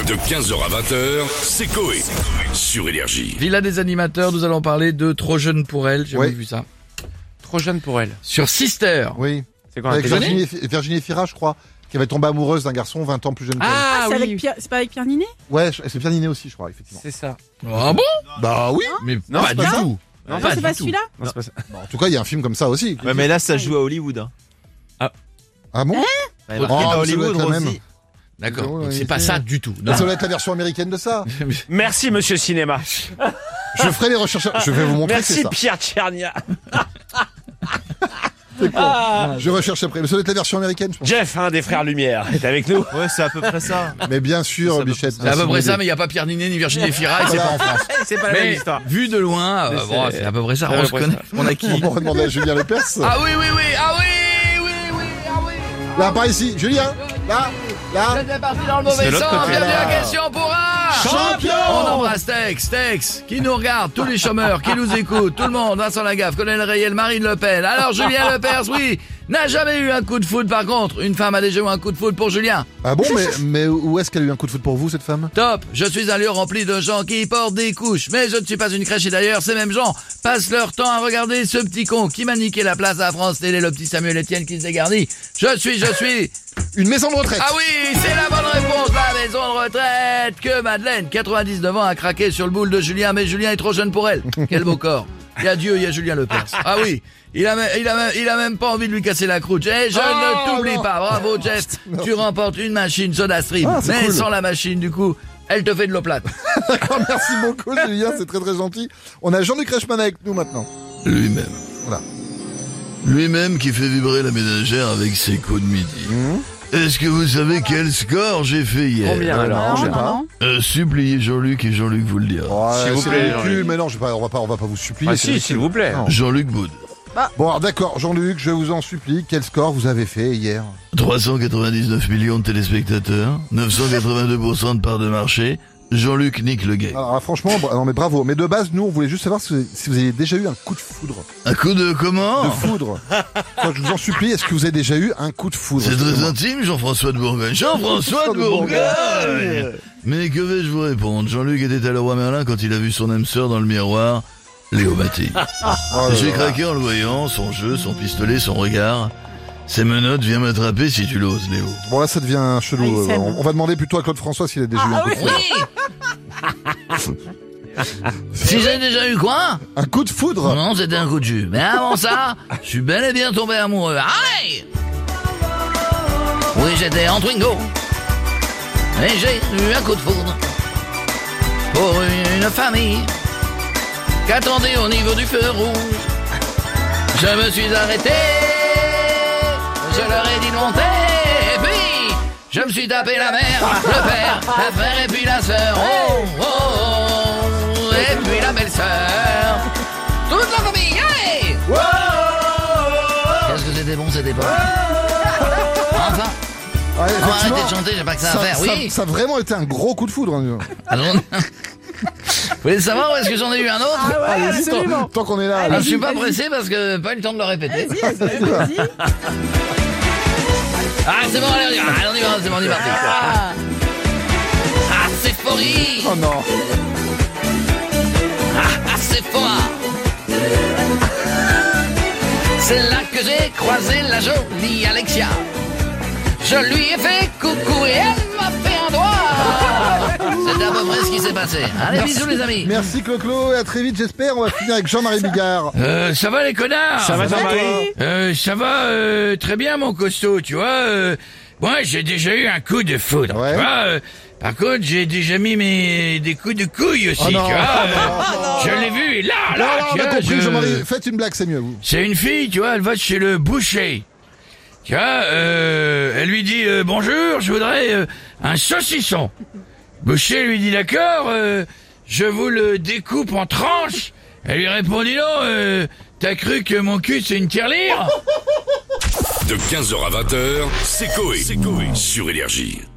De 15h à 20h, c'est Coé. Sur Énergie. Villa des animateurs, nous allons parler de Trop jeune pour elle. J'ai Oui. vu ça. Trop jeune pour elle. Sur Sister. Oui. C'est quoi, Avec un télé- Virginie Fira, je crois, qui avait tombé amoureuse d'un garçon 20 ans plus jeune qu'elle. Ah c'est oui, avec Pierre, c'est pas avec Pierre Ninet? Ouais, c'est Pierre Ninet aussi, je crois, effectivement. c'est ça. Ah bon? Bah oui. Mais Non, pas c'est du pas ça. tout. Non, Non, c'est pas celui-là? Non, c'est pas ça. Bon, en tout cas, il y a un film comme ça aussi. Ouais, mais là, ça joue à Hollywood. Hein. Ah bon? Bah, Oh, marqué dans ça doit Hollywood, être la même. Rosie. D'accord. Ouais, Donc c'est ouais, pas c'est- ça du tout. Non. Ça doit être la version américaine de ça. Merci, monsieur Cinéma. Je ferai les recherches. Je vais vous montrer que c'est Merci, ça. Pierre Tchernia. Je recherche après. Mais ça doit être la version américaine, je pense. Jeff, un des frères Lumière, est avec nous. Ouais, c'est à peu près ça. Mais bien C'est sûr, à peu Bichette. C'est à peu près ça, mais il n'y a pas Pierre Ninet ni Virginie Fira et c'est pas en France. C'est pas la même Mais histoire. vu de loin, Mais bon, c'est- c'est à peu près ça. c'est à On peu se près connaît. ça. On a qui? On va demander à Julien Lepers. Ah oui, oui, oui. Ah oui, oui, oui. Ah oui. Là, par ici. Julien. Là. Là. J'étais parti dans le mauvais C'est l'autre sens. côté, Bienvenue là. à Question pour un Champion. On embrasse Tex, qui nous regarde, tous les chômeurs, qui nous écoutent, tout le monde, Vincent Lagaffe, Colonel Rayel, Marine Le Pen. Alors Julien Lepers, oui, n'a jamais eu un coup de foudre. Par contre, une femme a déjà eu un coup de foudre pour Julien. Ah bon, mais où est-ce qu'elle a eu un coup de foot pour vous, cette femme? Top, je suis un lieu rempli de gens qui portent des couches. Mais je ne suis pas une crèche et d'ailleurs, ces mêmes gens passent leur temps à regarder ce petit con qui m'a niqué la place à France Télé, le petit Samuel Etienne qui se dégarnit. Je suis... Une maison de retraite. Ah oui, c'est la bonne réponse, la maison de retraite que Madeleine, 99 ans, a craqué sur le boule de Julien, mais Julien est trop jeune pour elle. Quel beau corps. Il y a Dieu, il y a Julien Lepers. Ah oui, il a même pas envie de lui casser la croûte. Et je ne t'oublie non. pas, bravo Jeff, tu remportes une machine SodaStream. Ah, c'est Mais cool. sans la machine, du coup, elle te fait de l'eau plate. D'accord, merci beaucoup, Julien. C'est très très gentil. On a Jean-Luc Reichmann avec nous maintenant. Lui-même. Voilà. Lui-même qui fait vibrer la ménagère avec ses coups de midi. Est-ce que vous savez quel score j'ai fait hier? Combien alors non, je sais pas. Suppliez Jean-Luc et Jean-Luc vous le dira. Ouais, S'il vous c'est plaît, ridicule, Jean-Luc. mais non, on va pas vous supplier. Ah c'est si, ridicule. s'il vous plaît. Non. Jean-Luc Baud. Bon, alors, d'accord, Jean-Luc, je vous en supplie. Quel score vous avez fait hier? 399 millions de téléspectateurs, 982% de part de marché. Jean-Luc nique le game. Alors, franchement, non mais bravo. Mais de base, nous, on voulait juste savoir si vous avez déjà eu un coup de foudre. Un coup de comment? De foudre. Enfin, je vous en supplie, est-ce que vous avez déjà eu un coup de foudre? C'est très Excusez-moi. intime, Jean-François de Bourgogne. Jean-François de Bourgogne! Mais que vais-je vous répondre? Jean-Luc était à Leroy Merlin quand il a vu son âme sœur dans le miroir, Léo Mattei. Oh là J'ai là. craqué en le voyant, son jeu, son pistolet, son regard. Ses menottes, viens m'attraper si tu l'oses, Léo. Bon, là, ça devient Ah, chelou. il s'aime. On va demander plutôt à Claude François s'il a déjà eu un coup de foudre. Si j'ai déjà eu quoi? Un coup de foudre? Non, c'était un coup de jus. Mais avant ça, je suis bel et bien tombé amoureux. Allez! Oui, j'étais en Twingo. Et j'ai eu un coup de foudre. Pour une famille qu'attendait au niveau du feu rouge. Je me suis arrêté. Je leur ai dit de monter. Et puis, je me suis tapé la mère, le père, la frère et puis la sœur. Oh, oh, oh. Et puis la belle-sœur. Toute la famille, allez! Qu'est-ce que c'était bon cette époque? Enfin, Ouais, on va effectivement, arrêter de chanter, j'ai pas que ça à faire, oui! ça a vraiment été un gros coup de foudre. Hein. Alors, vous voulez savoir où est-ce que j'en ai eu un autre? Allez-y, tant qu'on est là. Ah, je suis pas pressé parce que pas eu le temps de le répéter. Vas-y. Ah, c'est bon, allez, on y va, c'est bon, on y va. Ah, c'est folie! Oh non. Ah, c'est fort! C'est là que j'ai croisé la jolie Alexia. Je lui ai fait coucou et elle m'a fait un doigt. C'est à peu près ce qui s'est passé. Allez, bisous les amis. Merci Clo-Clo et à très vite, j'espère. On va finir avec Jean-Marie Bigard. Ça va les connards? Ça va, Jean-Marie? Ça va très bien mon costaud, tu vois. Moi j'ai déjà eu un coup de foudre, Ouais. tu vois. Par contre j'ai déjà mis des coups de couilles aussi, Oh non, tu vois. non, Je l'ai vu et là, Non, non, tu on a vois, compris, Jean-Marie. Faites une blague, c'est mieux, vous. C'est une fille, tu vois, elle va chez le boucher. Tu vois, elle lui dit bonjour, je voudrais un saucisson. Boucher lui dit d'accord, je vous le découpe en tranches. Elle lui répond dis non, t'as cru que mon cul c'est une tirelire? De 15h à 20h, c'est Coé. Sur Énergie.